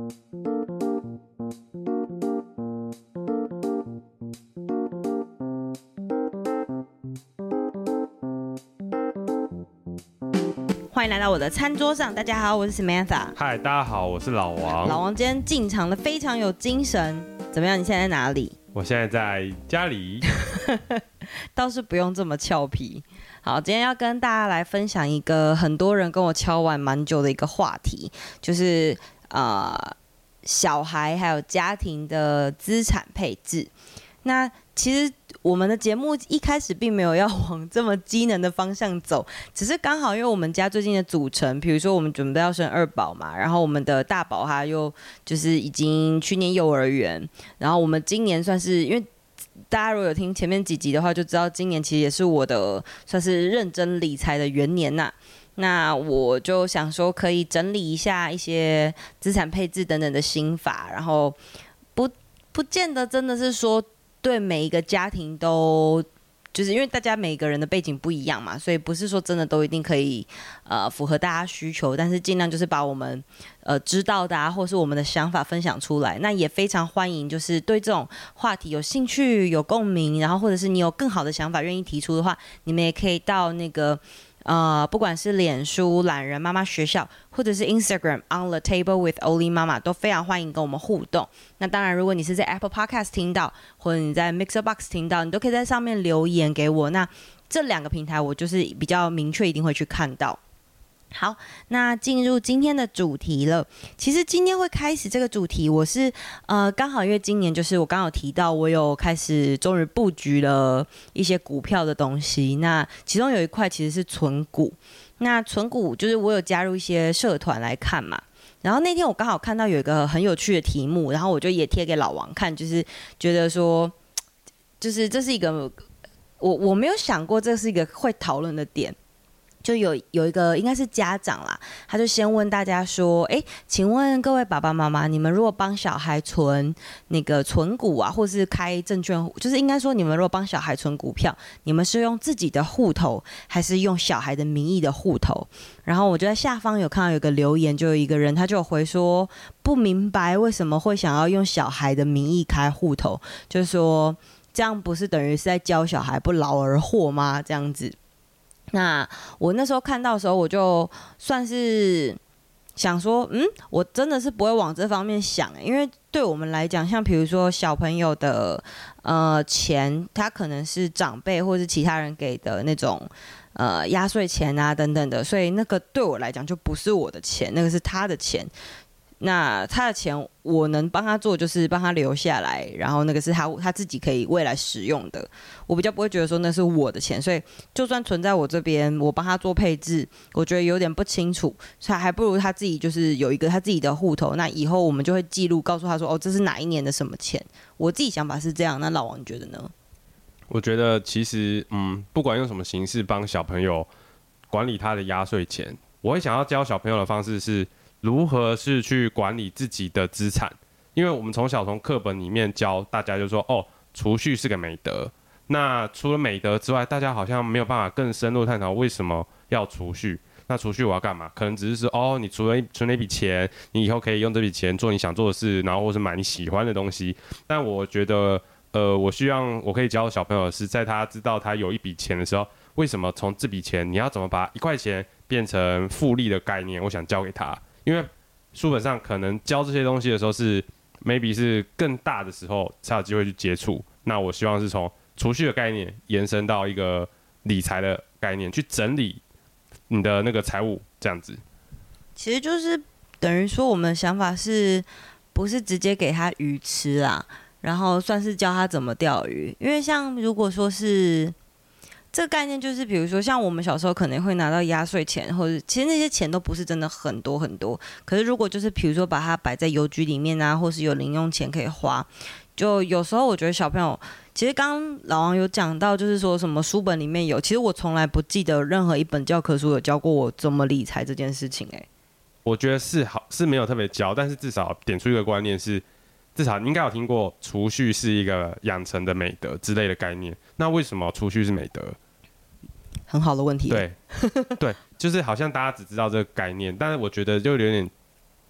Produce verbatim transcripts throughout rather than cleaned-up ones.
欢迎来到我的餐桌上，大家好，我是 Samantha。 嗨，大家好，我是老王。 老王今天进场的非常有精神，怎么样？你现在在哪里？ 我现在在家里。 倒是不用这么俏皮。好，今天要跟大家来分享一个很多人跟我敲完蛮久的一个话题，就是呃小孩还有家庭的资产配置。那其实我们的节目一开始并没有要往这么机能的方向走，只是刚好因为我们家最近的组成，比如说我们准备要生二宝嘛，然后我们的大宝他又就是已经去念幼儿园，然后我们今年算是因为大家如果有听前面几集的话，就知道今年其实也是我的算是认真理财的元年呐、啊。那我就想说可以整理一下一些资产配置等等的心法，然后不不见得真的是说对每一个家庭都，就是因为大家每个人的背景不一样嘛，所以不是说真的都一定可以呃符合大家需求，但是尽量就是把我们呃知道的啊，或是我们的想法分享出来。那也非常欢迎，就是对这种话题有兴趣、有共鸣，然后或者是你有更好的想法愿意提出的话，你们也可以到那个。呃，不管是脸书懒人妈妈学校，或者是 Instagram on the table with Oli 妈妈，都非常欢迎跟我们互动。那当然，如果你是在 Apple Podcast 听到，或者你在 Mixer Box 听到，你都可以在上面留言给我。那这两个平台，我就是比较明确，一定会去看到。好，那进入今天的主题了。其实今天会开始这个主题，我是呃刚好因为今年就是我刚好提到，我有开始终于布局了一些股票的东西。那其中有一块其实是存股。那存股就是我有加入一些社团来看嘛。然后那天我刚好看到有一个很有趣的题目，然后我就也贴给老王看，就是觉得说，就是这是一个我我没有想过这是一个会讨论的点。就有有一个应该是家长啦，他就先问大家说，哎，请问各位爸爸妈妈，你们如果帮小孩存那个存股啊，或是开证券，就是应该说你们如果帮小孩存股票，你们是用自己的户头，还是用小孩的名义的户头？然后我就在下方有看到有个留言，就有一个人他就有回说，不明白为什么会想要用小孩的名义开户头，就是说这样不是等于是在教小孩不劳而获吗？这样子。那我那时候看到的时候，我就算是想说，嗯，我真的是不会往这方面想，因为对我们来讲，像比如说小朋友的呃钱，他可能是长辈或是其他人给的那种呃压岁钱啊等等的，所以那个对我来讲就不是我的钱，那个是他的钱。那他的钱我能帮他做，就是帮他留下来，然后那个是他他自己可以未来使用的。我比较不会觉得说那是我的钱，所以就算存在我这边，我帮他做配置，我觉得有点不清楚，所以还不如他自己就是有一个他自己的户头。那以后我们就会记录，告诉他说，哦，这是哪一年的什么钱。我自己想法是这样，那老王你觉得呢？ 我觉得其实，嗯，不管用什么形式帮小朋友管理他的压岁钱，我会想要教小朋友的方式是。如何是去管理自己的资产？因为我们从小从课本里面教大家就说，哦，储蓄是个美德。那除了美德之外，大家好像没有办法更深入探讨为什么要储蓄。那储蓄我要干嘛？可能只是说，哦，你存了存了一笔钱，你以后可以用这笔钱做你想做的事，然后或是买你喜欢的东西。但我觉得，呃，我希望我可以教小朋友的是，在他知道他有一笔钱的时候，为什么从这笔钱你要怎么把一块钱变成复利的概念？我想教给他。因为书本上可能教这些东西的时候是 maybe 是更大的时候才有机会去接触。那我希望是从储蓄的概念延伸到一个理财的概念，去整理你的那个财务这样子。 其实就是等于说我们的想法是不是直接给他鱼吃啦，然后算是教他怎么钓鱼。因为像如果说是这个概念就是比如说像我们小时候可能会拿到压岁钱，或者其实那些钱都不是真的很多很多，可是如果就是比如说把它摆在邮局里面啊，或是有零用钱可以花，就有时候我觉得小朋友其实刚刚老王有讲到就是说什么书本里面有，其实我从来不记得任何一本教科书有教过我怎么理财这件事情。欸， 我觉得是好是没有特别教，但是至少点出一个观念是，至少你应该有听过储蓄是一个养成的美德之类的概念。那为什么储蓄是美德？ 很好的问题。 对，对，就是好像大家只知道这个概念，但是我觉得就有点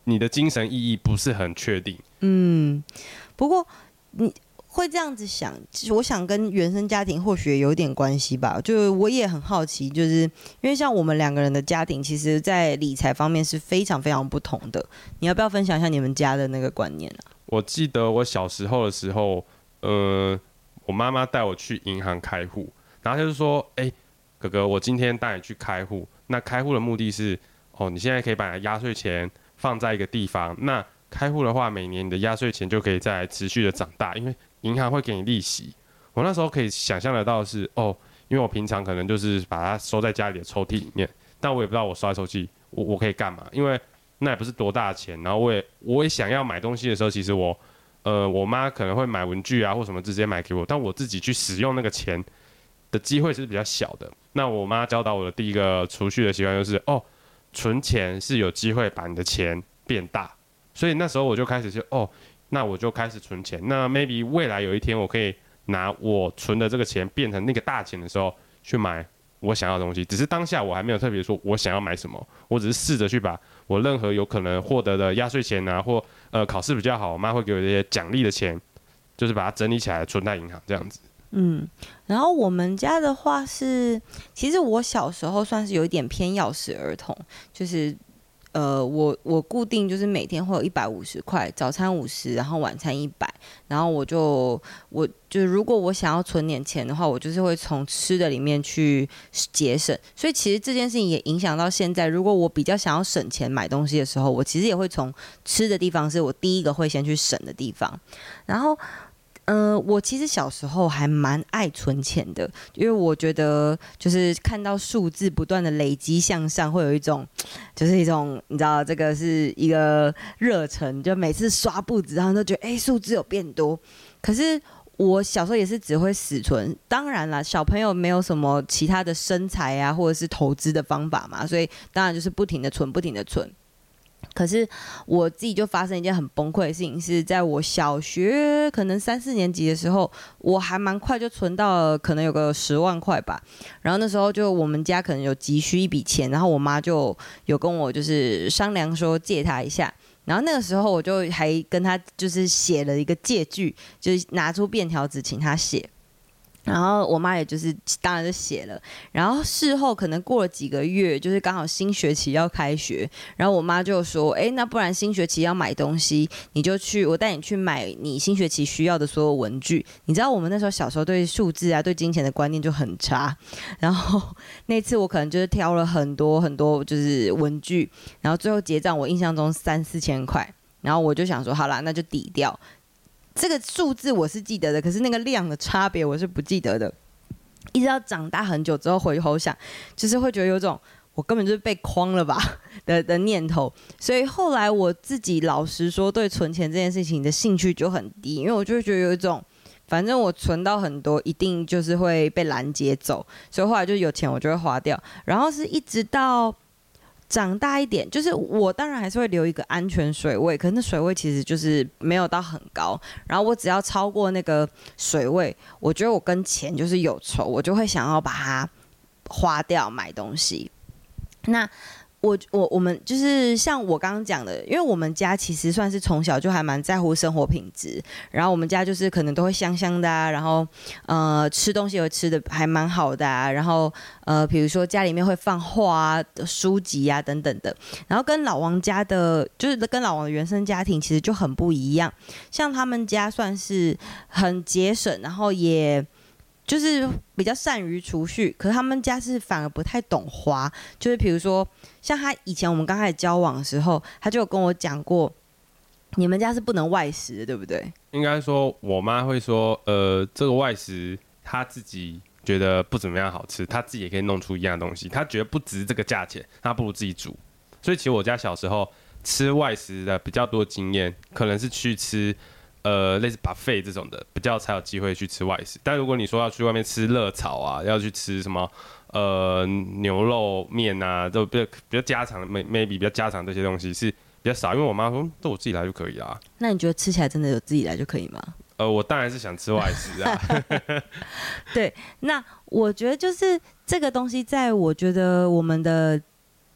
你的精神意义不是很确定。 嗯，不过你会这样子想，我想跟原生家庭或许也有点关系吧。就我也很好奇，就是因为像我们两个人的家庭，其实在理财方面是非常非常不同的。你要不要分享一下你们家的那个观念啊？ 我记得我小时候的时候，呃，我妈妈带我去银行开户，然后她就说：“哎、欸，哥哥，我今天带你去开户。那开户的目的是，哦，你现在可以把你的压岁钱放在一个地方。那开户的话，每年你的压岁钱就可以再持续的长大，因为银行会给你利息。我那时候可以想象得到的是，哦，因为我平常可能就是把它收在家里的抽屉里面，但我也不知道我收在抽屉，我我可以干嘛？因为那也不是多大的钱。然后我也我也想要买东西的时候，其实我，呃，我妈可能会买文具啊或什么直接买给我，但我自己去使用那个钱的机会是比较小的。那我妈教导我的第一个储蓄的习惯就是，哦，存钱是有机会把你的钱变大。所以那时候我就开始就哦，那我就开始存钱。那 maybe 未来有一天我可以拿我存的这个钱变成那个大钱的时候，去买我想要的东西。只是当下我还没有特别说我想要买什么，我只是试着去把我任何有可能获得的压岁钱啊，或呃考试比较好，我妈会给我一些奖励的钱，就是把它整理起来存在银行这样子。 嗯，然后我们家的话是，其实我小时候算是有一点偏钥匙儿童，就是。呃，我我固定就是每天会有一百五十块，早餐五十，然后晚餐一百，然后我就我就如果我想要存点钱的话，我就是会从吃的里面去节省，所以其实这件事情也影响到现在。如果我比较想要省钱买东西的时候，我其实也会从吃的地方是我第一个会先去省的地方，然后。嗯、呃，我其实小时候还蛮爱存钱的，因为我觉得就是看到数字不断的累积向上，会有一种，就是一种你知道这个是一个热忱，就每次刷步子，然后都觉得哎数字有变多。可是我小时候也是只会死存，当然啦，小朋友没有什么其他的生财啊或者是投资的方法嘛，所以当然就是不停的存，不停的存。可是我自己就发生一件很崩溃的事情，是在我小学可能三四年级的时候，我还蛮快就存到了可能有个十万块吧。然后那时候就我们家可能有急需一笔钱，然后我妈就有跟我就是商量说借她一下。然后那个时候我就还跟她就是写了一个借据，就是拿出便条纸请她写。然后我妈也就是当然就写了，然后事后可能过了几个月，就是刚好新学期要开学，然后我妈就说：“哎，那不然新学期要买东西，你就去，我带你去买你新学期需要的所有文具。”你知道我们那时候小时候对数字啊、对金钱的观念就很差，然后那次我可能就是挑了很多很多就是文具，然后最后结账我印象中三四千块，然后我就想说好啦，那就抵掉。这个数字我是记得的，可是那个量的差别我是不记得的。一直到长大很久之后回头想，就是会觉得有种我根本就是被诓了吧的的念头。所以后来我自己老实说，对存钱这件事情的兴趣就很低，因为我就会觉得有一种，反正我存到很多，一定就是会被拦截走。所以后来就有钱我就会花掉，然后是一直到。长大一点，就是我当然还是会留一个安全水位，可是那水位其实就是没有到很高。然后我只要超过那个水位，我觉得我跟钱就是有仇，我就会想要把它花掉买东西。那我我我们就是像我刚刚讲的，因为我们家其实算是从小就还蛮在乎生活品质，然后我们家就是可能都会香香的啊，然后呃吃东西也会吃的还蛮好的啊，然后呃比如说家里面会放画啊、书籍啊等等的，然后跟老王家的，就是跟老王的原生家庭其实就很不一样，像他们家算是很节省，然后也。就是比较善于储蓄，可是他们家是反而不太懂花。就是比如说，像他以前我们刚开始交往的时候，他就有跟我讲过，你们家是不能外食的，对不对？ 应该说，我妈会说，呃，这个外食她自己觉得不怎么样好吃，她自己也可以弄出一样东西，她觉得不值这个价钱，她不如自己煮。所以其实我家小时候吃外食的比较多经验，可能是去吃。呃，类似 buffet 这种的，比较才有机会去吃外食。但如果你说要去外面吃热炒啊，要去吃什么呃牛肉面啊，都比较比较家常，maybe 比较家常这些东西是比较少。因为我妈说，都我自己来就可以啦。 那你觉得吃起来真的有自己来就可以吗？ 呃，我当然是想吃外食啊。 对，那我觉得就是这个东西，在我觉得我们的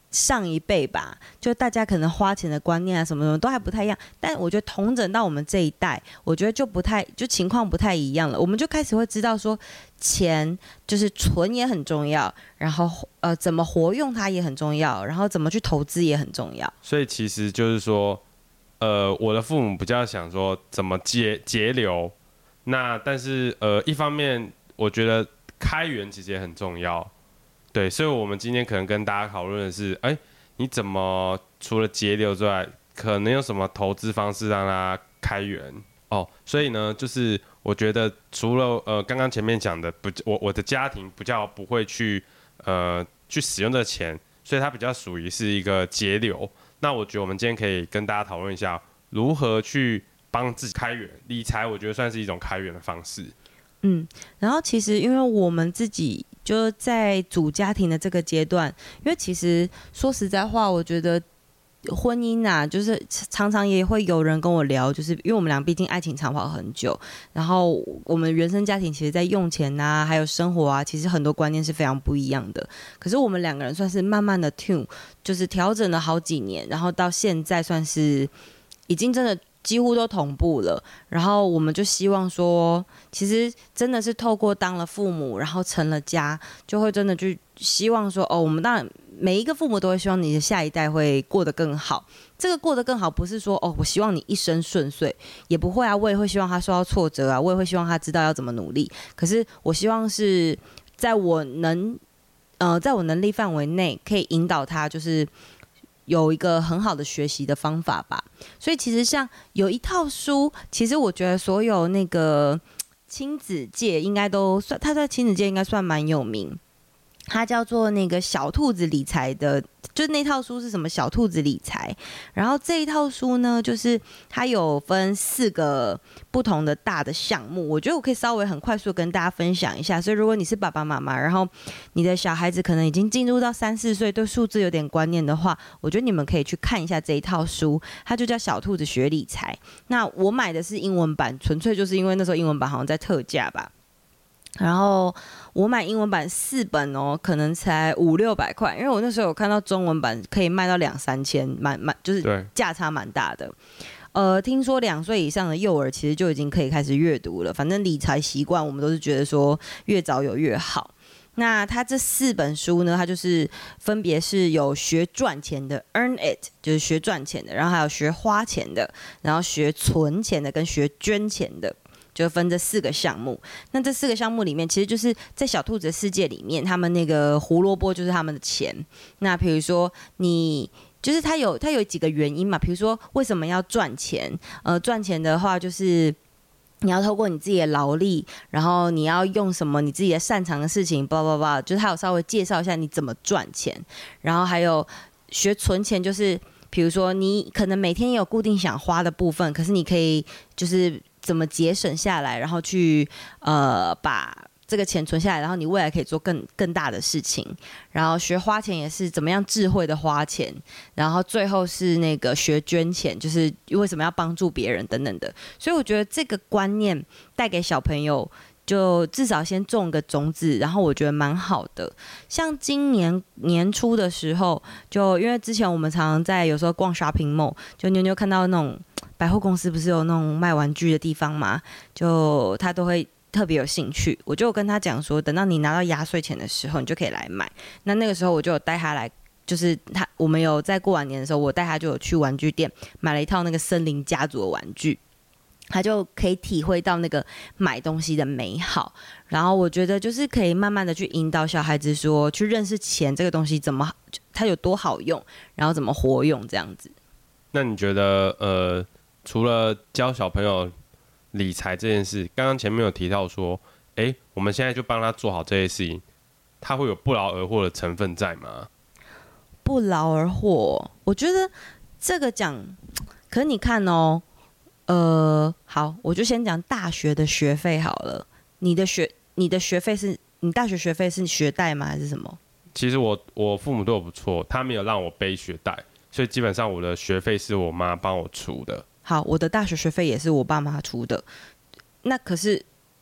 上一辈吧，就大家可能花钱的观念啊，什么什么都还不太一样。但我觉得同整到我们这一代，我觉得就不太，就情况不太一样了。我们就开始会知道说，钱就是存也很重要，然后呃怎么活用它也很重要，然后怎么去投资也很重要。 所以其实就是说，呃，我的父母比较想说怎么节节流，那但是呃一方面我觉得开源其实也很重要。对，所以我们今天可能跟大家讨论的是，哎、欸，你怎么除了节流之外，可能有什么投资方式让它开源哦？所以呢，就是我觉得除了呃刚刚前面讲的，不，我我的家庭比较不会去呃去使用这个钱，所以它比较属于是一个节流。那我觉得我们今天可以跟大家讨论一下，如何去帮自己开源理财，我觉得算是一种开源的方式。 嗯，然后其实因为我们自己就在组家庭的这个阶段，因为其实说实在话，我觉得婚姻啊，就是常常也会有人跟我聊，就是因为我们俩毕竟爱情长跑很久，然后我们原生家庭其实在用钱啊，还有生活啊，其实很多观念是非常不一样的。可是我们两个人算是慢慢的 tune， 就是调整了好几年，然后到现在算是已经真的几乎都同步了，然后我们就希望说，其实真的是透过当了父母，然后成了家，就会真的去希望说，哦，我们当然每一个父母都会希望你的下一代会过得更好。这个过得更好，不是说哦，我希望你一生顺遂，也不会啊，我也会希望他受到挫折啊，我也会希望他知道要怎么努力。可是我希望是在我能，呃，在我能力范围内，可以引导他，就是有一个很好的学习的方法吧。所以其实像有一套书，其实我觉得所有那个亲子界应该都算，他在亲子界应该算蛮有名。它叫做那个小兔子理财的，就是那套书是什么小兔子理财。然后这一套书呢，就是它有分四个不同的大的项目，我觉得我可以稍微很快速跟大家分享一下。所以如果你是爸爸妈妈，然后你的小孩子可能已经进入到三四岁，对数字有点观念的话，我觉得你们可以去看一下这一套书，它就叫小兔子学理财。那我买的是英文版，纯粹就是因为那时候英文版好像在特价吧。然后我买英文版四本哦，可能才五六百块，因为我那时候有看到中文版可以卖到两三千，蛮蛮就是价差蛮大的。呃，听说两岁以上的幼儿其实就已经可以开始阅读了。反正理财习惯我们都是觉得说越早有越好。那它这四本书呢，它就是分别是有学赚钱的 earn it， 就是学赚钱的，然后还有学花钱的，然后学存钱的跟学捐钱的。就分这四个项目，那这四个项目里面，其实就是在小兔子的世界里面，他们那个胡萝卜就是他们的钱。那比如说你，就是它有它有几个原因嘛，比如说为什么要赚钱？呃，赚钱的话就是你要透过你自己的劳力，然后你要用什么你自己的擅长的事情，叭叭叭，就是它有稍微介绍一下你怎么赚钱，然后还有学存钱，就是比如说你可能每天有固定想花的部分，可是你可以就是怎么节省下来，然后去呃把这个钱存下来，然后你未来可以做更更大的事情。然后学花钱也是怎么样智慧的花钱，然后最后是那个学捐钱，就是为什么要帮助别人等等的。所以我觉得这个观念带给小朋友，就至少先种个种子，然后我觉得蛮好的。像今年年初的时候，就因为之前我们常常在有时候逛 shopping mall， 就妞妞看到那种百货公司不是有那种卖玩具的地方嘛，就他都会特别有兴趣。我就跟他讲说，等到你拿到压岁钱的时候，你就可以来买。那那个时候我就有带他来，就是他我们有在过完年的时候，我带他就有去玩具店买了一套那个森林家族的玩具。他就可以体会到那个买东西的美好，然后我觉得就是可以慢慢的去引导小孩子说，去认识钱这个东西怎么它有多好用，然后怎么活用这样子。 那你觉得呃，除了教小朋友理财这件事，刚刚前面有提到说，哎，我们现在就帮他做好这些事情，他会有不劳而获的成分在吗？ 不劳而获，我觉得这个讲，可是你看哦。呃，好，我就先讲大学的学费好了。你的学，你的学费是你大学学费是学贷吗？还是什么？ 其实我我父母对我不错，他没有让我背学贷，所以基本上我的学费是我妈帮我出的。 好，我的大学学费也是我爸妈出的。那可是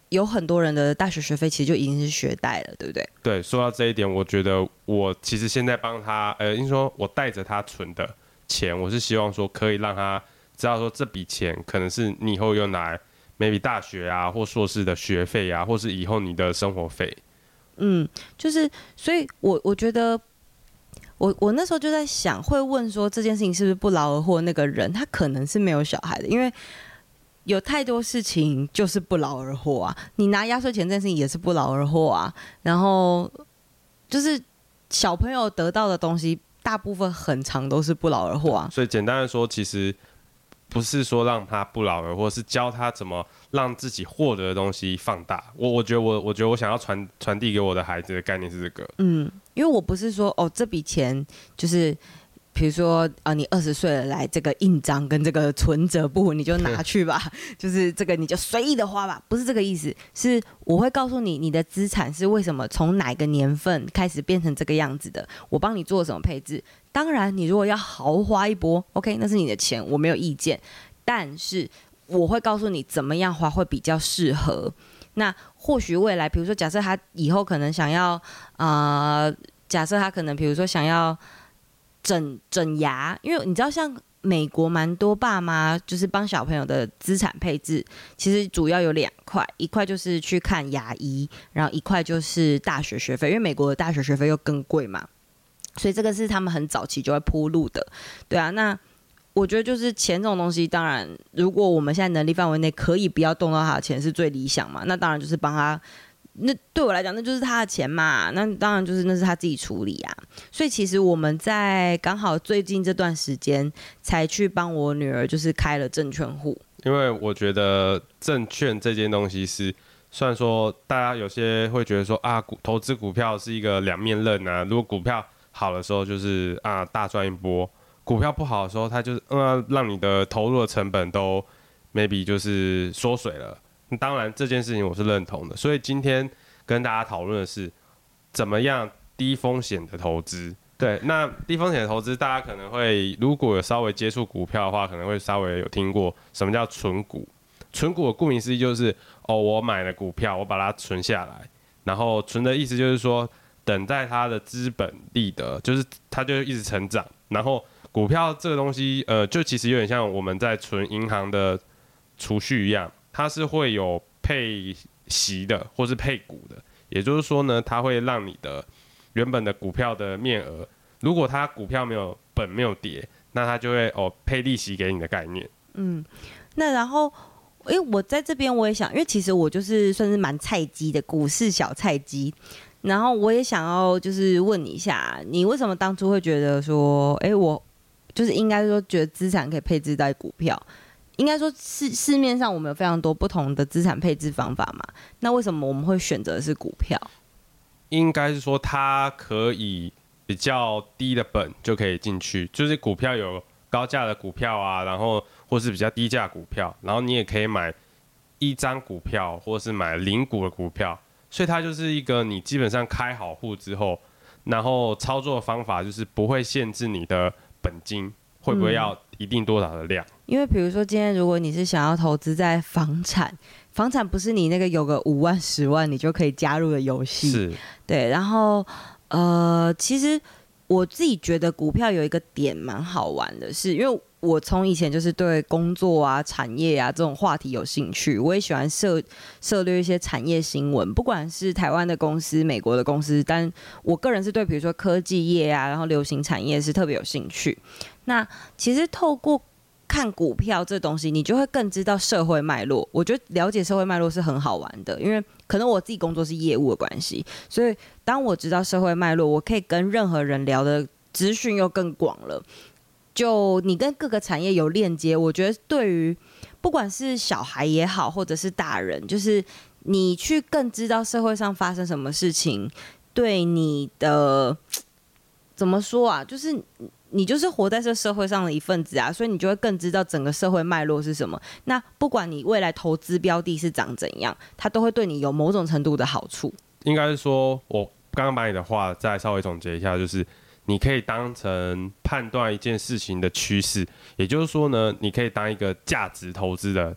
有很多人的大学学费其实就已经是学贷了，对不对？ 对，说到这一点，我觉得我其实现在帮他，呃，应该说我带着他存的钱，我是希望说可以让他知道说这笔钱可能是你以后用来 maybe 大学啊或硕士的学费啊，或是以后你的生活费。 嗯，就是所以我我觉得。我我那时候就在想，会问说这件事情是不是不劳而获？那个人他可能是没有小孩的，因为有太多事情就是不劳而获啊。你拿压岁钱这件事情也是不劳而获啊。然后就是小朋友得到的东西，大部分很长都是不劳而获啊。 所以简单的说，其实不是说让他不劳而获，是教他怎么让自己获得的东西放大。我我觉得我我觉得我想要传传递给我的孩子的概念是这个。 嗯，因为我不是说哦这笔钱就是。比如说啊，你二十岁了来这个印章跟这个存折簿，你就拿去吧，就是这个你就随意的花吧，不是这个意思，是我会告诉你你的资产是为什么从哪个年份开始变成这个样子的，我帮你做什么配置。当然，你如果要豪花一波 ，OK， 那是你的钱，我没有意见，但是我会告诉你怎么样花会比较适合。那或许未来，比如说假设他以后可能想要啊、呃，假设他可能比如说想要。整整牙，因为你知道，像美国蛮多爸妈就是帮小朋友的资产配置，其实主要有两块，一块就是去看牙医，然后一块就是大学学费，因为美国的大学学费又更贵嘛，所以这个是他们很早期就会铺路的，对啊。那我觉得就是钱这种东西，当然如果我们现在能力范围内可以不要动到他的钱是最理想嘛，那当然就是帮他。那对我来讲，那就是他的钱嘛，那当然就是那是他自己处理啊。所以其实我们在刚好最近这段时间才去帮我女儿，就是开了证券户。 因为我觉得证券这件东西是，虽然说大家有些会觉得说啊，股投资股票是一个两面刃啊，如果股票好的时候就是啊大赚一波，股票不好的时候，它就是嗯让你的投入的成本都 maybe 就是缩水了。当然这件事情我是认同的，所以今天跟大家讨论的是怎么样低风险的投资。对，那低风险的投资，大家可能会如果有稍微接触股票的话，可能会稍微有听过什么叫存股。存股的顾名思义就是哦，我买了股票，我把它存下来，然后存的意思就是说等待它的资本利得，就是它就一直成长。然后股票这个东西，呃，就其实有点像我们在存银行的储蓄一样。它是会有配息的，或是配股的，也就是说呢，它会让你的原本的股票的面额，如果它股票没有本没有跌，那它就会哦配利息给你的概念。 嗯，那然后，因为我在这边我也想，因为其实我就是算是蛮菜鸡的股市小菜鸡，然后我也想要就是问你一下，你为什么当初会觉得说，哎，我就是应该说觉得资产可以配置在股票？应该说市市面上我们有非常多不同的资产配置方法嘛，那为什么我们会选择的是股票？ 应该是说它可以比较低的本就可以进去，就是股票有高价的股票啊，然后或是比较低价股票，然后你也可以买一张股票或是买零股的股票，所以它就是一个你基本上开好户之后，然后操作的方法就是不会限制你的本金会不会要一定多少的量。嗯， 因为比如说今天如果你是想要投资在房产，房产不是你那个有个五万十万你就可以加入的游戏， 是， 对。然后呃，其实我自己觉得股票有一个点蛮好玩的是，因为我从以前就是对工作啊、产业啊这种话题有兴趣，我也喜欢涉涉猎一些产业新闻，不管是台湾的公司、美国的公司，但我个人是对比如说科技业啊，然后流行产业是特别有兴趣。那其实透过看股票这东西，你就会更知道社会脉络。我觉得了解社会脉络是很好玩的，因为可能我自己工作是业务的关系，所以当我知道社会脉络，我可以跟任何人聊的资讯又更广了。就你跟各个产业有链接，我觉得对于不管是小孩也好，或者是大人，就是你去更知道社会上发生什么事情，对你的怎么说啊，就是你就是活在这社会上的一份子啊，所以你就会更知道整个社会脉络是什么。那不管你未来投资标的是长怎样，它都会对你有某种程度的好处。 应该是说，我刚刚把你的话再稍微总结一下，就是你可以当成判断一件事情的趋势，也就是说呢，你可以当一个价值投资的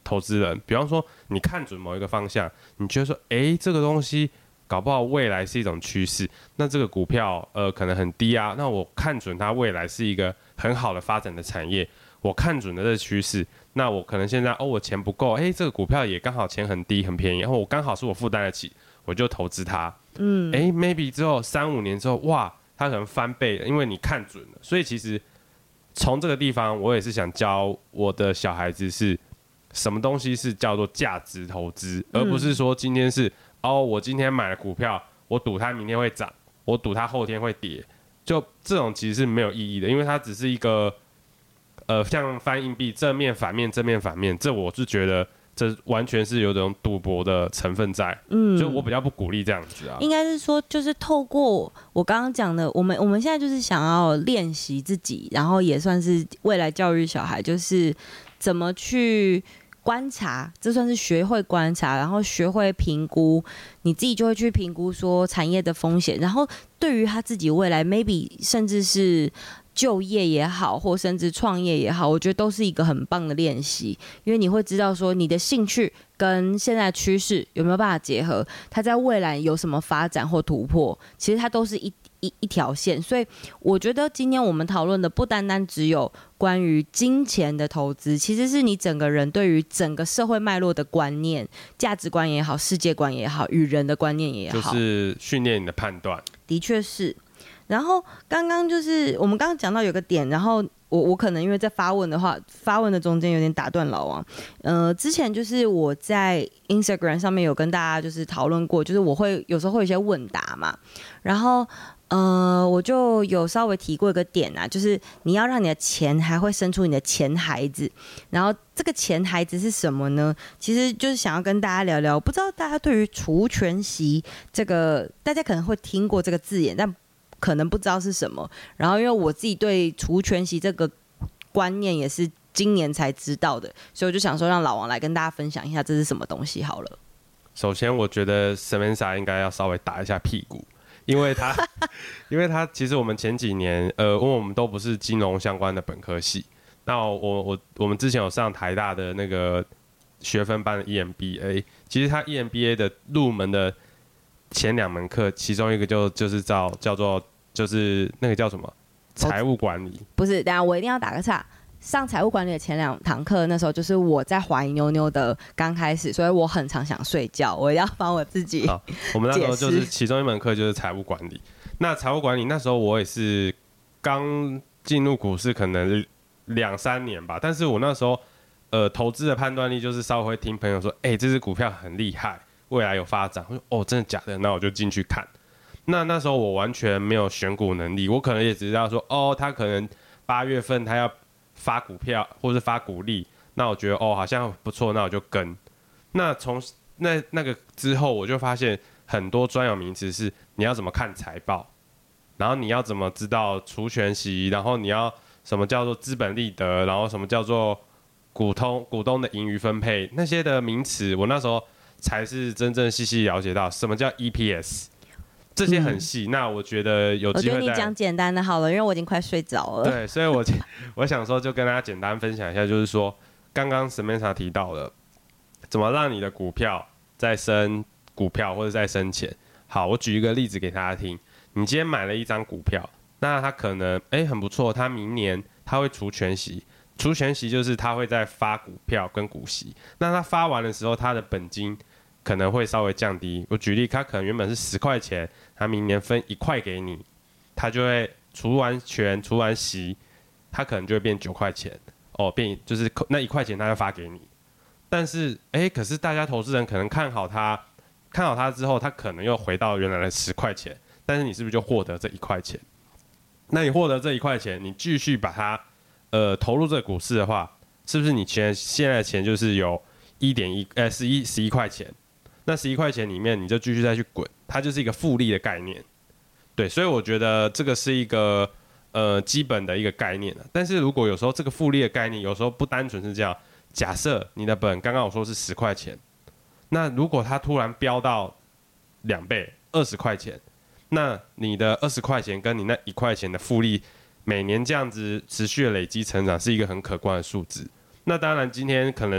投资人，比方说你看准某一个方向，你觉得说，哎，这个东西搞不好未来是一种趋势，那这个股票呃可能很低啊，那我看准它未来是一个很好的发展的产业，我看准了这个趋势，那我可能现在哦我钱不够，哎，这个股票也刚好钱很低很便宜，然后我刚好是我负担得起，我就投资它，嗯，哎 ，maybe 之后三五年之后，哇，它可能翻倍了，因为你看准了，所以其实从这个地方，我也是想教我的小孩子是什么东西是叫做价值投资，而不是说今天是哦，我今天买了股票，我赌它明天会涨，我赌它后天会跌，就这种其实是没有意义的，因为它只是一个呃，像翻硬币正面反面正面反面，这我是觉得这完全是有种赌博的成分在，嗯，所以我比较不鼓励这样子啊。 应该是说，就是透过我刚刚讲的，我们我们现在就是想要练习自己，然后也算是未来教育小孩，就是怎么去观察，这算是学会观察，然后学会评估，你自己就会去评估说产业的风险，然后对于他自己未来 maybe 甚至是就业也好，或甚至创业也好，我觉得都是一个很棒的练习，因为你会知道说你的兴趣跟现在的趋势有没有办法结合，它在未来有什么发展或突破，其实它都是一一一条线。所以我觉得今天我们讨论的不单单只有关于金钱的投资，其实是你整个人对于整个社会脉络的观念、价值观也好、世界观也好、与人的观念也好， 就是训练你的判断。 的确是。然后刚刚就是我们刚刚讲到有个点，然后我我可能因为在发问的话，发问的中间有点打断老王。呃，之前就是我在 Instagram 上面有跟大家就是讨论过，就是我会有时候会有一些问答嘛，然后呃我就有稍微提过一个点啊，就是你要让你的钱还会生出你的钱孩子，然后这个钱孩子是什么呢？其实就是想要跟大家聊聊，不知道大家对于除权息这个，大家可能会听过这个字眼，但可能不知道是什么，然后因为我自己对除权息这个观念也是今年才知道的，所以我就想说让老王来跟大家分享一下这是什么东西好了。 首先，我觉得 Samantha 应该要稍微打一下屁股，因为他，因为他其实我们前几年，呃，因为我们都不是金融相关的本科系，那我我我们之前有上台大的那个学分班的 E M B A， 其实他 E M B A 的入门的前两门课，其中一个就就是叫叫做就是那个叫什么财务管理， 不是，等一下我一定要打个岔。上财务管理的前两堂课，那时候就是我在怀妞妞的刚开始，所以我很常想睡觉，我要帮我自己。好， 我们那时候就是其中一门课就是财务管理。那财务管理那时候我也是刚进入股市，可能两三年吧，但是我那时候呃投资的判断力就是稍微会听朋友说，哎、欸，这只股票很厉害，未来有发展。我说哦，真的假的？那我就进去看。那那时候我完全没有选股能力，我可能也只知道说，哦，他可能八月份他要发股票或是发股利，那我觉得哦好像不错，那我就跟。那从那那个之后，我就发现很多专有名词是你要怎么看财报，然后你要怎么知道除权息，然后你要什么叫做资本利得，然后什么叫做股东股东的盈余分配，那些的名词，我那时候才是真正细细了解到什么叫 E P S。这些很细、嗯，那我觉得有机会。 我觉得你讲简单的好了，因为我已经快睡着了。 对，所以我我想说，就跟大家简单分享一下，就是说，刚刚 Samantha 提到了，怎么让你的股票再生股票或者再生钱。好，我举一个例子给大家听。你今天买了一张股票，那它可能哎很不错，它明年它会除权息，除权息就是它会再发股票跟股息。那它发完的时候，它的本金可能会稍微降低。我举例，它可能原本是十块钱，它明年分一块给你，它就会除完权、除完息，它可能就会变九块钱哦，变就是那一块钱它就发给你。但是，哎，可是大家投资人可能看好它，看好它之后，它可能又回到原来的十块钱，但是你是不是就获得这一块钱？那你获得这一块钱，你继续把它呃投入这个股市的话，是不是你钱现在的钱就是有一点一呃十一十一块钱？那十一块钱里面，你就继续再去滚，它就是一个复利的概念，对，所以我觉得这个是一个呃基本的一个概念。但是如果有时候这个复利的概念，有时候不单纯是这样，假设你的本刚刚我说是十块钱，那如果它突然飙到两倍，二十块钱，那你的二十块钱跟你那一块钱的复利，每年这样子持续的累积成长，是一个很可观的数字。那当然，今天可能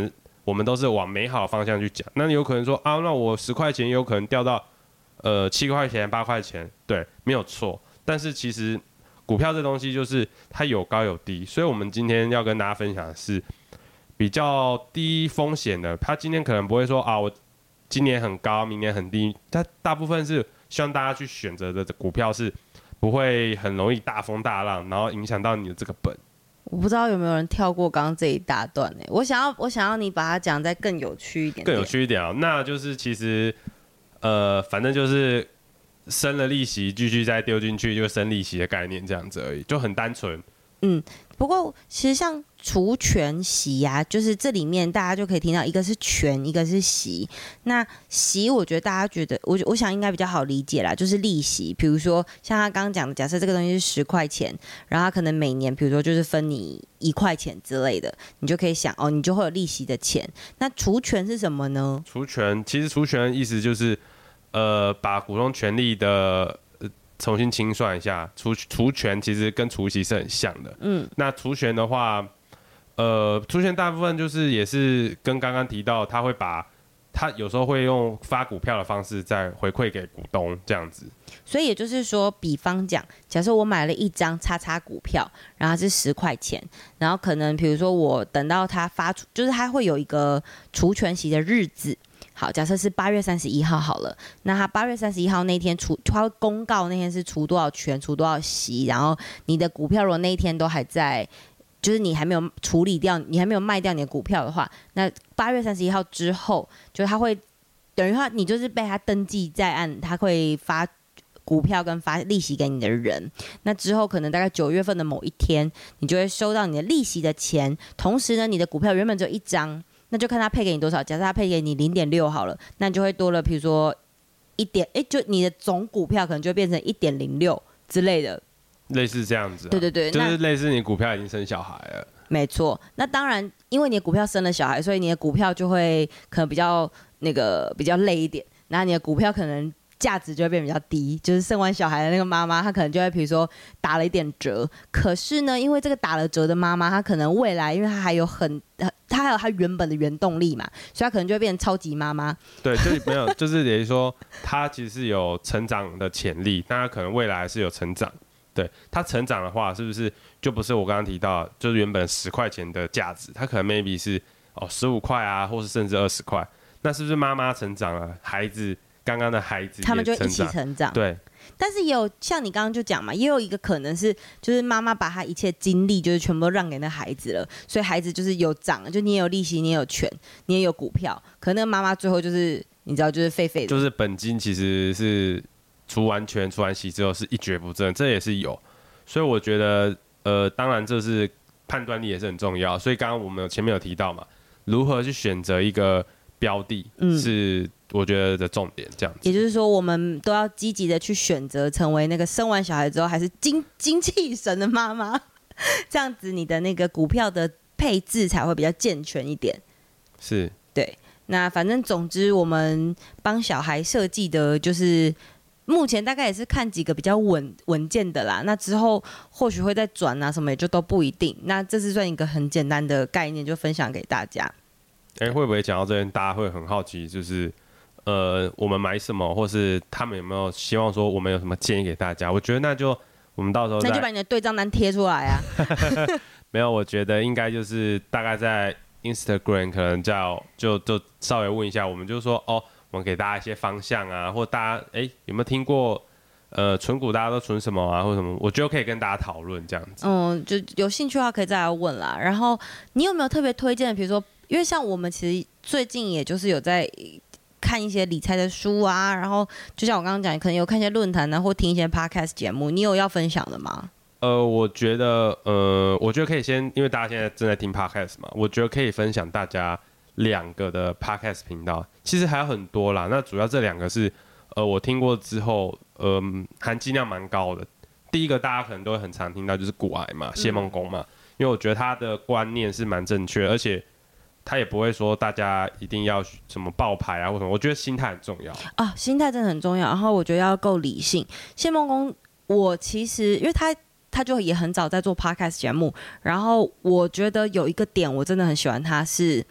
我们都是往美好的方向去讲。那你有可能说啊，那我十块钱也有可能掉到呃七块钱、八块钱，对，没有错。但是其实股票这东西就是它有高有低，所以我们今天要跟大家分享的是比较低风险的。它今天可能不会说啊，我今年很高，明年很低，它大部分是希望大家去选择的股票是不会很容易大风大浪，然后影响到你的这个本。 我不知道有没有人跳过刚刚这一大段呢？我想要，我想要你把它讲再更有趣一点点， 更有趣一点啊、喔。那就是其实，呃，反正就是生了利息，继续再丢进去，就生利息的概念这样子而已，就很单纯。 嗯，不过其实像除权息啊，就是这里面大家就可以听到，一个是权，一个是息。那息，我觉得大家觉得，我我想应该比较好理解啦，就是利息。比如说像他刚刚讲的，假设这个东西是十块钱，然后他可能每年，比如说就是分你一块钱之类的，你就可以想哦，你就会有利息的钱。那除权是什么呢？ 除权其实除权的意思就是，呃，把股东权利的。重新清算一下，除除权其实跟除息是很像的。嗯，那除权的话，呃，除权大部分就是也是跟刚刚提到，他会把他有时候会用发股票的方式再回馈给股东这样子。 所以也就是说，比方讲，假设我买了一张叉叉股票，然后是十块钱，然后可能比如说我等到他发出，就是他会有一个除权息的日子。好，假设是八月三十一号好了，那他八月三十一号那天除，他会公告那天是除多少权，除多少息，然后你的股票如果那一天都还在，就是你还没有处理掉，你还没有卖掉你的股票的话，那八月三十一号之后，就他会等于他你就是被他登记在案，他会发股票跟发利息给你的人。那之后可能大概九月份的某一天，你就会收到你的利息的钱，同时呢，你的股票原本只有一张。那就看他配给你多少，假设他配给你零点六好了，那你就会多了，比如说一点，哎，就你的总股票可能就会变成一点零六之类的， 类似这样子、啊。 对对对， 就是类似你股票已经生小孩了。 没错，那当然，因为你的股票生了小孩，所以你的股票就会可能比较那个比较累一点，然后你的股票可能。价值就会变比较低，就是生完小孩的那个妈妈，她可能就会比如说打了一点折。可是呢，因为这个打了折的妈妈，她可能未来，因为她还有很，她还有她原本的原动力嘛，所以她可能就会变成超级妈妈。 对，就是没有，就是等于说，她其实是有成长的潜力，但她可能未来是有成长。对，她成长的话，是不是就不是我刚刚提到，就是原本十块钱的价值，她可能 maybe 是哦十五块啊，或是甚至二十块。那是不是妈妈成长了，孩子？刚刚的孩子， 他们就一起成长。 对， 但是也有像你刚刚就讲嘛，也有一个可能是，就是妈妈把她一切精力就是全部都让给那孩子了，所以孩子就是有涨，就你也有利息，你也有权，你也有股票，可那个妈妈最后就是你知道，就是废废的， 就是本金其实是除完权、除完息之后是一蹶不振，这也是有。所以我觉得，呃，当然这是判断力也是很重要。所以刚刚我们前面有提到嘛，如何去选择一个标的，嗯、是。我觉得的重点这样子， 也就是说，我们都要积极的去选择成为那个生完小孩之后还是精精气神的妈妈，这样子你的那个股票的配置才会比较健全一点。 是， 对。那反正总之，我们帮小孩设计的就是目前大概也是看几个比较稳稳健的啦。那之后或许会再转啊什么，也就都不一定。那这是算一个很简单的概念，就分享给大家。 哎、欸，会不会讲到这边，大家会很好奇，就是？呃，我们买什么，或是他们有没有希望说我们有什么建议给大家？我觉得那就我们到时候那就把你的对账单贴出来啊。 没有，我觉得应该就是大概在 Instagram 可能叫就就稍微问一下，我们就说哦，我们给大家一些方向啊，或大家哎有没有听过呃存股大家都存什么啊，或什么？我觉得可以跟大家讨论这样子。 嗯，就有兴趣的话可以再来问啦。然后你有没有特别推荐的？比如说，因为像我们其实最近也就是有在。看一些理财的书啊，然后就像我刚刚讲，可能有看一些论坛啊，或听一些 podcast 节目。你有要分享的吗？ 呃，我觉得，呃，我觉得可以先，因为大家现在正在听 podcast 嘛，我觉得可以分享大家两个的 podcast 频道。其实还有很多啦，那主要这两个是，呃，我听过之后，呃，含金量蛮高的。第一个大家可能都会很常听到，就是股癌嘛，谢孟恭嘛，因为我觉得他的观念是蛮正确，而且。他也不会说大家一定要什么爆牌啊或什么，我觉得心态很重要啊，心态真的很重要。然后我觉得要够理性。谢孟恭，我其实因为他他就也很早在做 podcast 节目，然后我觉得有一个点我真的很喜欢他是，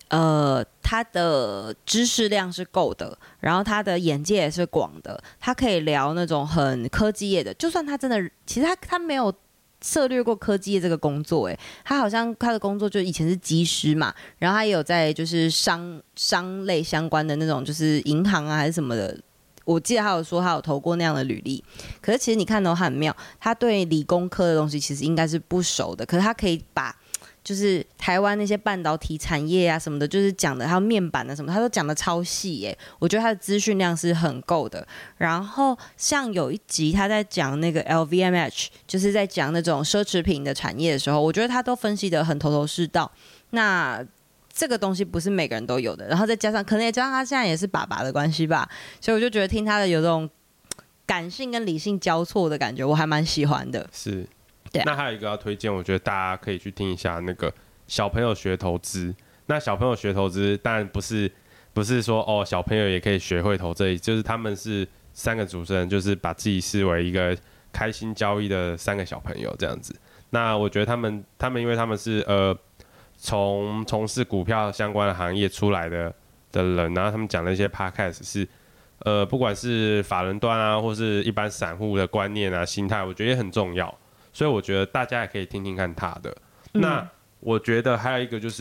呃，他的知识量是够的，然后他的眼界也是广的，他可以聊那种很科技业的，就算他真的，其实他他没有涉略过科技业这个工作，哎，他好像他的工作就以前是技师嘛，然后他也有在就是商商类相关的那种，就是银行啊还是什么的。我记得他有说他有投过那样的履历，可是其实你看到他很妙，他对理工科的东西其实应该是不熟的，可是他可以把就是台湾那些半导体产业啊什么的，就是讲的还有面板啊什么，他都讲的超细耶，我觉得他的资讯量是很够的。然后像有一集他在讲那个 L V M H， 就是在讲那种奢侈品的产业的时候，我觉得他都分析的很头头是道。那这个东西不是每个人都有的，然后再加上可能也加上他现在也是爸爸的关系吧，所以我就觉得听他的有这种感性跟理性交错的感觉，我还蛮喜欢的。 是， 对啊。 那还有一个要推荐，我觉得大家可以去听一下那个小朋友学投资。那小朋友学投资，当然不是不是说哦小朋友也可以学会投资，就是他们是三个主持人，就是把自己视为一个开心交易的三个小朋友这样子。那我觉得他们他们因为他们是呃。从从事股票相关的行业出来的的人，然后他们讲的一些 podcast 是，呃，不管是法人端啊，或是一般散户的观念啊、心态，我觉得也很重要。所以我觉得大家也可以听听看他的。嗯、那我觉得还有一个就是，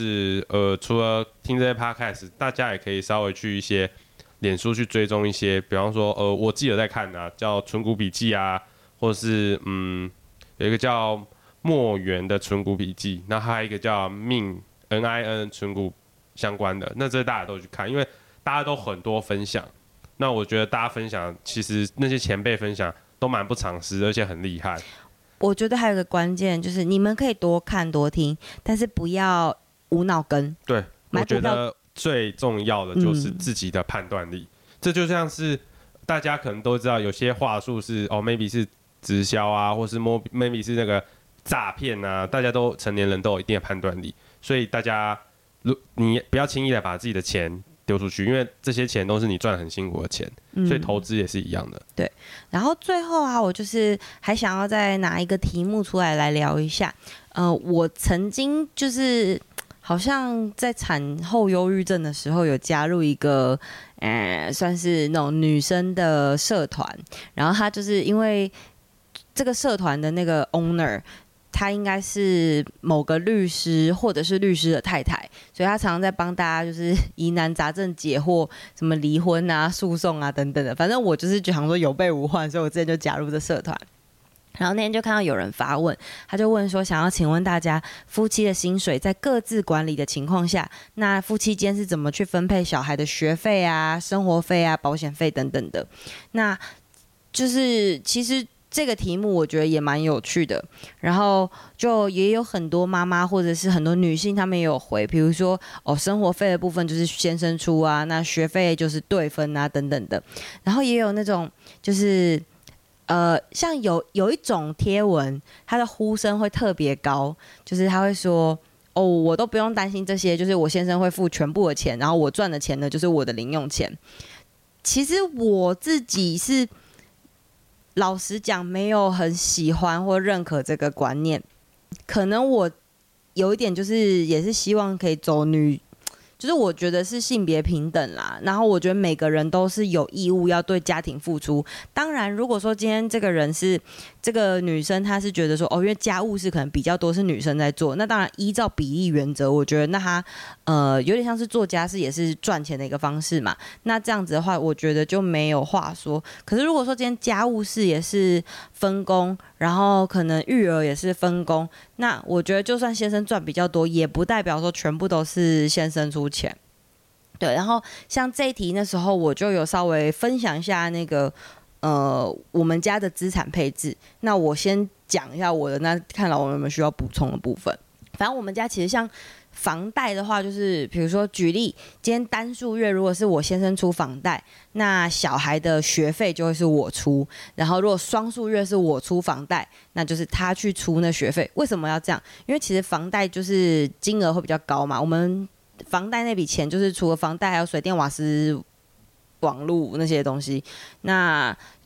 呃，除了听这些 podcast， 大家也可以稍微去一些脸书去追踪一些，比方说，呃，我自己有在看啊，叫存股笔记啊，或是嗯，有一个叫墨源的存股笔记，那还有一个叫 Min N I N 存股相关的，那这大家都去看，因为大家都很多分享。那我觉得大家分享，其实那些前辈分享都蛮不藏私，而且很厉害。 我觉得还有一个关键就是，你们可以多看多听，但是不要无脑跟。 对，我觉得最重要的就是自己的判断力。嗯、这就像是大家可能都知道，有些话术是哦 ，maybe 是直销啊，或是 maybe 是那个。诈骗啊，大家都成年人都有一定的判断力，所以大家，你不要轻易的把自己的钱丢出去，因为这些钱都是你赚很辛苦的钱，嗯、所以投资也是一样的。 对，然后最后啊，我就是还想要再拿一个题目出来来聊一下。呃，我曾经就是好像在产后忧郁症的时候，有加入一个，呃，算是那种女生的社团，然后他就是因为这个社团的那个 owner。他应该是某个律师或者是律师的太太，所以他常常在帮大家就是疑难杂症解惑，什么离婚啊、诉讼啊等等的。反正我就是想说有备无患，所以我之前就加入这社团。然后那天就看到有人发问，他就问说，想要请问大家，夫妻的薪水在各自管理的情况下，那夫妻间是怎么去分配小孩的学费啊、生活费啊、保险费等等的？那就是其实。这个题目我觉得也蛮有趣的，然后就也有很多妈妈或者是很多女性，她们也有回，比如说哦，生活费的部分就是先生出啊，那学费就是对分啊等等的，然后也有那种就是呃，像有有一种贴文，它的呼声会特别高，就是他会说哦，我都不用担心这些，就是我先生会付全部的钱，然后我赚的钱呢就是我的零用钱。其实我自己是。老实讲，没有很喜欢或认可这个观念。可能我有一点就是，也是希望可以走女，就是我觉得是性别平等啦。然后我觉得每个人都是有义务要对家庭付出。当然，如果说今天这个人是这个女生，她是觉得说，哦，因为家务事可能比较多是女生在做，那当然依照比例原则，我觉得那她呃有点像是做家事也是赚钱的一个方式嘛。那这样子的话，我觉得就没有话说。可是如果说今天家务事也是分工，然后可能育儿也是分工，那我觉得就算先生赚比较多，也不代表说全部都是先生出钱。对，然后像这一题那时候我就有稍微分享一下那个呃我们家的资产配置。那我先讲一下我的，那看老王有没有需要补充的部分。反正我们家其实像房贷的话，就是比如说举例，今天单数月如果是我先生出房贷，那小孩的学费就会是我出，然后如果双数月是我出房贷，那就是他去出那学费。为什么要这样？因为其实房贷就是金额会比较高嘛，我们房贷那笔钱就是除了房贷还有水电瓦斯网路那些东西，那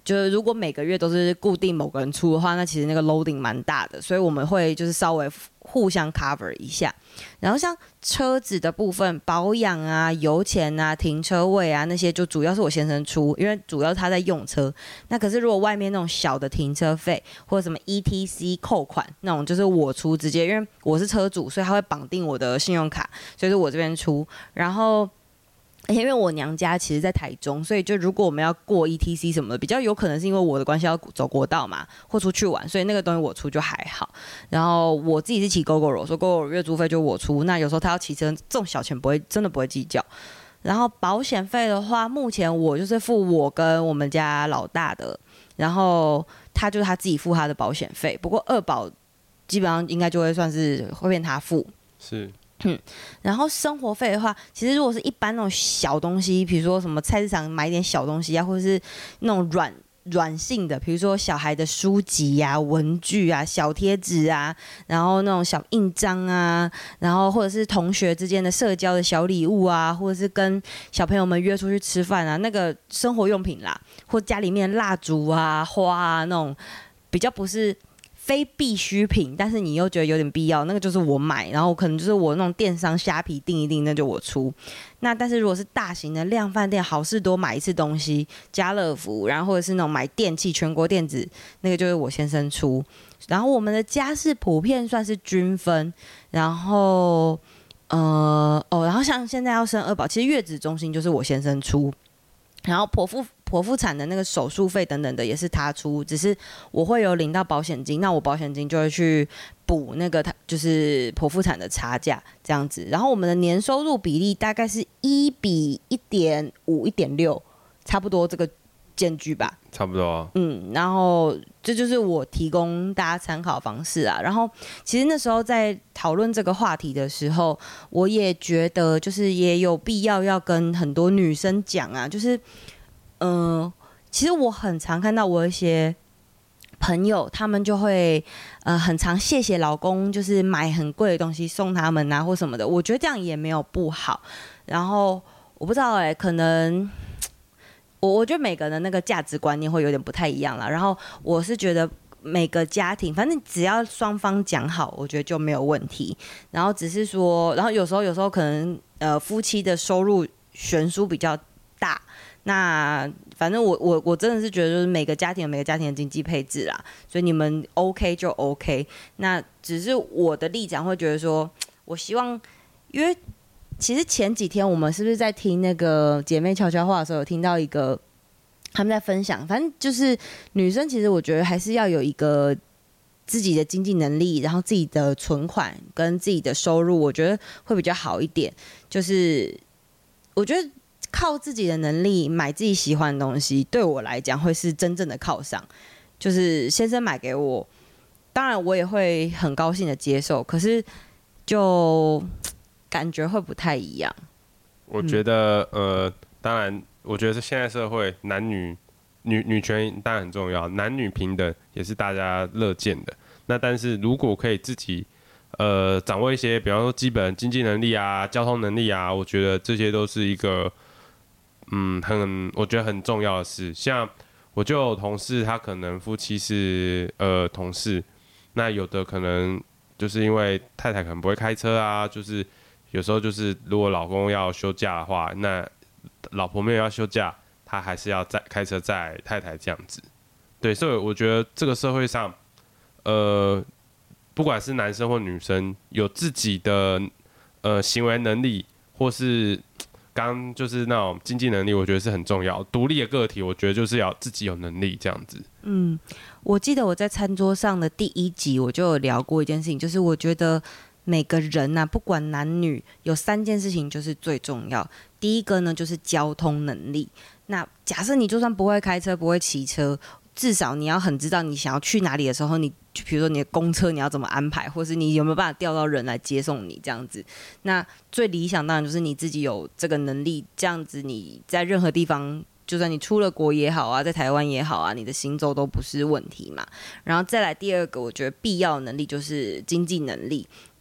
就是如果每个月都是固定某个人出的话，那其实那个 loading 蛮大的，所以我们会就是稍微互相 cover 一下。然后像车子的部分，保养啊、油钱啊、停车位啊那些，就主要是我先生出，因为主要他在用车。那可是如果外面那种小的停车费或者什么 E T C 扣款那种，就是我出直接，因为我是车主，所以他会绑定我的信用卡，所以是我这边出。然后而且因为我娘家其实在台中，所以就如果我们要过 E T C 什么的，比较有可能是因为我的关系要走国道嘛，或出去玩，所以那个东西我出就还好。然后我自己是骑 GoGoRo， 说 GoGoRo 月租费就我出，那有时候他要骑车，这种小钱不会真的不会计较。然后保险费的话，目前我就是付我跟我们家老大的，然后他就是他自己付他的保险费，不过二保基本上应该就会算是会变他付。 是。 嗯，然后生活费的话，其实如果是一般那种小东西，比如说什么菜市场买点小东西啊，或者是那种软软性的，比如说小孩的书籍啊、文具啊、小贴纸啊，然后那种小印章啊，然后或者是同学之间的社交的小礼物啊，或者是跟小朋友们约出去吃饭啊，那个生活用品啦，或家里面蜡烛啊、花啊那种比较不是非必需品，但是你又觉得有点必要，那个就是我买，然后可能就是我那种电商虾皮订一订，那就我出。那但是如果是大型的量贩店，好事多买一次东西，家乐福，然后或者是那种买电器，全国电子，那个就是我先生出。然后我们的家事普遍算是均分，然后呃哦，然后像现在要生二宝，其实月子中心就是我先生出。然后剖腹剖腹产的那个手术费等等的也是他出，只是我会有领到保险金，那我保险金就会去补那个他就是剖腹产的差价这样子。然后我们的年收入比例大概是一比一点五、一点六，差不多这个间距吧。 差不多啊。 嗯，然后这就是我提供大家参考方式啊。然后其实那时候在讨论这个话题的时候，我也觉得就是也有必要要跟很多女生讲啊，就是嗯、呃，其实我很常看到我一些朋友，他们就会呃很常谢谢老公，就是买很贵的东西送他们啊或什么的。我觉得这样也没有不好。然后我不知道哎、欸，可能。我我觉得每个人的那个价值观念会有点不太一样啦，然后我是觉得每个家庭，反正只要双方讲好，我觉得就没有问题。然后只是说，然后有时候有时候可能呃夫妻的收入悬殊比较大，那反正我我我真的是觉得就是每个家庭有每个家庭的经济配置啦，所以你们 OK 就 OK。那只是我的立场会觉得说，我希望因为。其实前几天我们是不是在听那个姐妹悄悄话的时候，有听到一个他们在分享，反正就是女生其实我觉得还是要有一个自己的经济能力，然后自己的存款跟自己的收入，我觉得会比较好一点。就是我觉得靠自己的能力买自己喜欢的东西，对我来讲会是真正的犒赏。就是先生买给我，当然我也会很高兴的接受，可是就。感觉会不太一样。 我觉得，嗯、呃，当然，我觉得是现在社会男女女女权当然很重要，男女平等也是大家乐见的。那但是如果可以自己呃掌握一些，比方说基本经济能力啊、交通能力啊，我觉得这些都是一个嗯很我觉得很重要的事。像我就有同事，他可能夫妻是呃同事，那有的可能就是因为太太可能不会开车啊，就是。有时候就是，如果老公要休假的话，那老婆没有要休假，他还是要载开车载太太这样子。对，所以我觉得这个社会上，呃，不管是男生或女生，有自己的呃行为能力，或是刚就是那种经济能力，我觉得是很重要。独立的个体，我觉得就是要自己有能力这样子。 嗯，我记得我在餐桌上的第一集我就有聊过一件事情，就是我觉得。每个人啊，不管男女，有三件事情就是最重要。第一个呢，就是交通能力。那假设你就算不会开车、不会骑车，至少你要很知道你想要去哪里的时候，你比如说你的公车你要怎么安排，或是你有没有办法调到人来接送你这样子。那最理想当然就是你自己有这个能力，这样子你在任何地方。就算你出了国也好啊，在台湾也好啊，你的行走都不是问题嘛。然后再来第二个，我觉得必要的能力就是经济能力。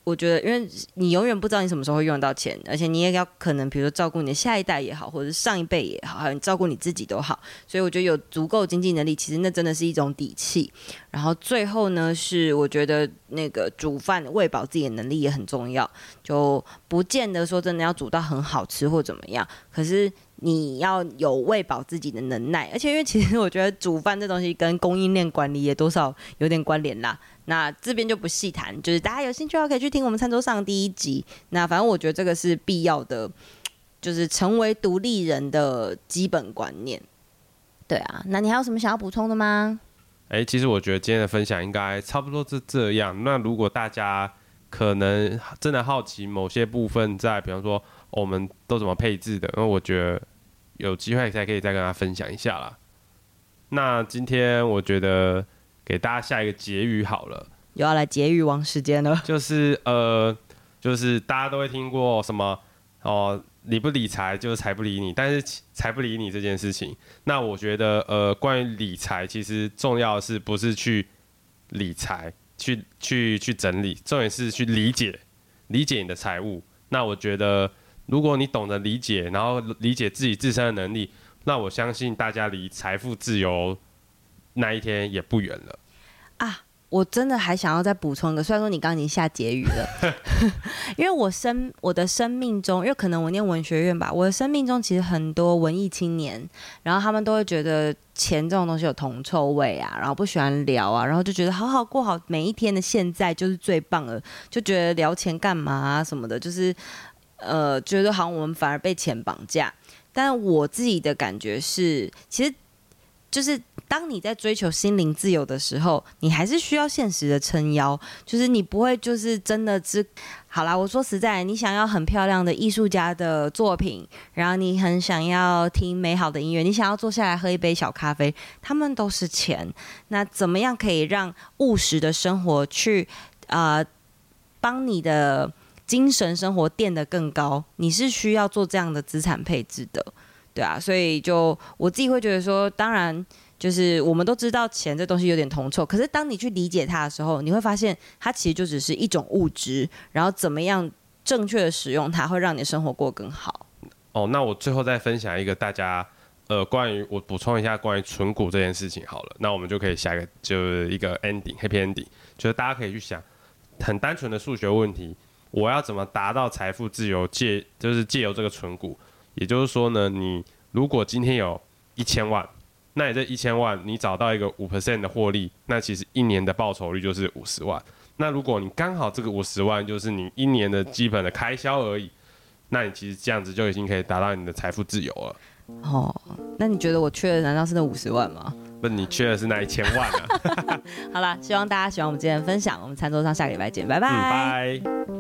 我觉得，因为你永远不知道你什么时候会用到钱，而且你也要可能，比如说照顾你的下一代也好，或者是上一辈也好，还有你照顾你自己都好。所以我觉得有足够经济能力，其实那真的是一种底气。然后最后呢，是我觉得那个煮饭喂饱自己的能力也很重要，就不见得说真的要煮到很好吃或怎么样，可是你要有喂饱自己的能耐。而且因为其实我觉得煮饭这东西跟供应链管理也多少有点关联啦。那这边就不细谈，就是大家有兴趣的话可以去听我们餐桌上第一集。那反正我觉得这个是必要的，就是成为独立人的基本观念。对啊，那你还有什么想要补充的吗？ 哎、欸，其实我觉得今天的分享应该差不多是这样。那如果大家可能真的好奇某些部分在，比方说、哦、我们都怎么配置的，那我觉得有机会才可以再跟大家分享一下啦。那今天我觉得给大家下一个结语好了， 又要来结语王时间了。 就是呃，就是大家都会听过什么哦，理不理财就是财不理你，但是财不理你这件事情，那我觉得呃，关于理财其实重要的是不是去理财，去去去整理，重点是去理解理解你的财务。那我觉得如果你懂得理解，然后理解自己自身的能力，那我相信大家离财富自由那一天也不远了啊！我真的还想要再补充一个，虽然说你刚刚已经下结语了，因为我生我的生命中，因为可能我念文学院吧，我的生命中其实很多文艺青年，然后他们都会觉得钱这种东西有铜臭味啊，然后不喜欢聊啊，然后就觉得好好过好每一天的现在就是最棒了，就觉得聊钱干嘛啊什么的，就是呃觉得好像我们反而被钱绑架。但我自己的感觉是，其实就是当你在追求心灵自由的时候，你还是需要现实的撑腰，就是你不会就是真的只好啦。我说实在，你想要很漂亮的艺术家的作品，然后你很想要听美好的音乐，你想要坐下来喝一杯小咖啡，他们都是钱。那怎么样可以让务实的生活去呃帮你的精神生活垫得更高？你是需要做这样的资产配置的。对啊，所以就我自己会觉得说，当然就是我们都知道钱这东西有点铜臭，可是当你去理解它的时候，你会发现它其实就只是一种物质，然后怎么样正确的使用它，会让你的生活过更好。 哦，那我最后再分享一个大家呃，关于我补充一下关于存股这件事情好了，那我们就可以下一个就是一个 ending happy ending， 就是大家可以去想很单纯的数学问题，我要怎么达到财富自由，借就是借由这个存股。也就是说呢，你如果今天有一千万，那你这一千万你找到一个百分之五 的获利，那其实一年的报酬率就是五十万。那如果你刚好这个五十万就是你一年的基本的开销而已，那你其实这样子就已经可以达到你的财富自由了。哦， 那你觉得我缺的难道是那五十万吗？ 不，你缺的是那一千万啊。 好啦，希望大家喜欢我们今天的分享，我们餐桌上下个礼拜见，拜拜。 嗯，拜。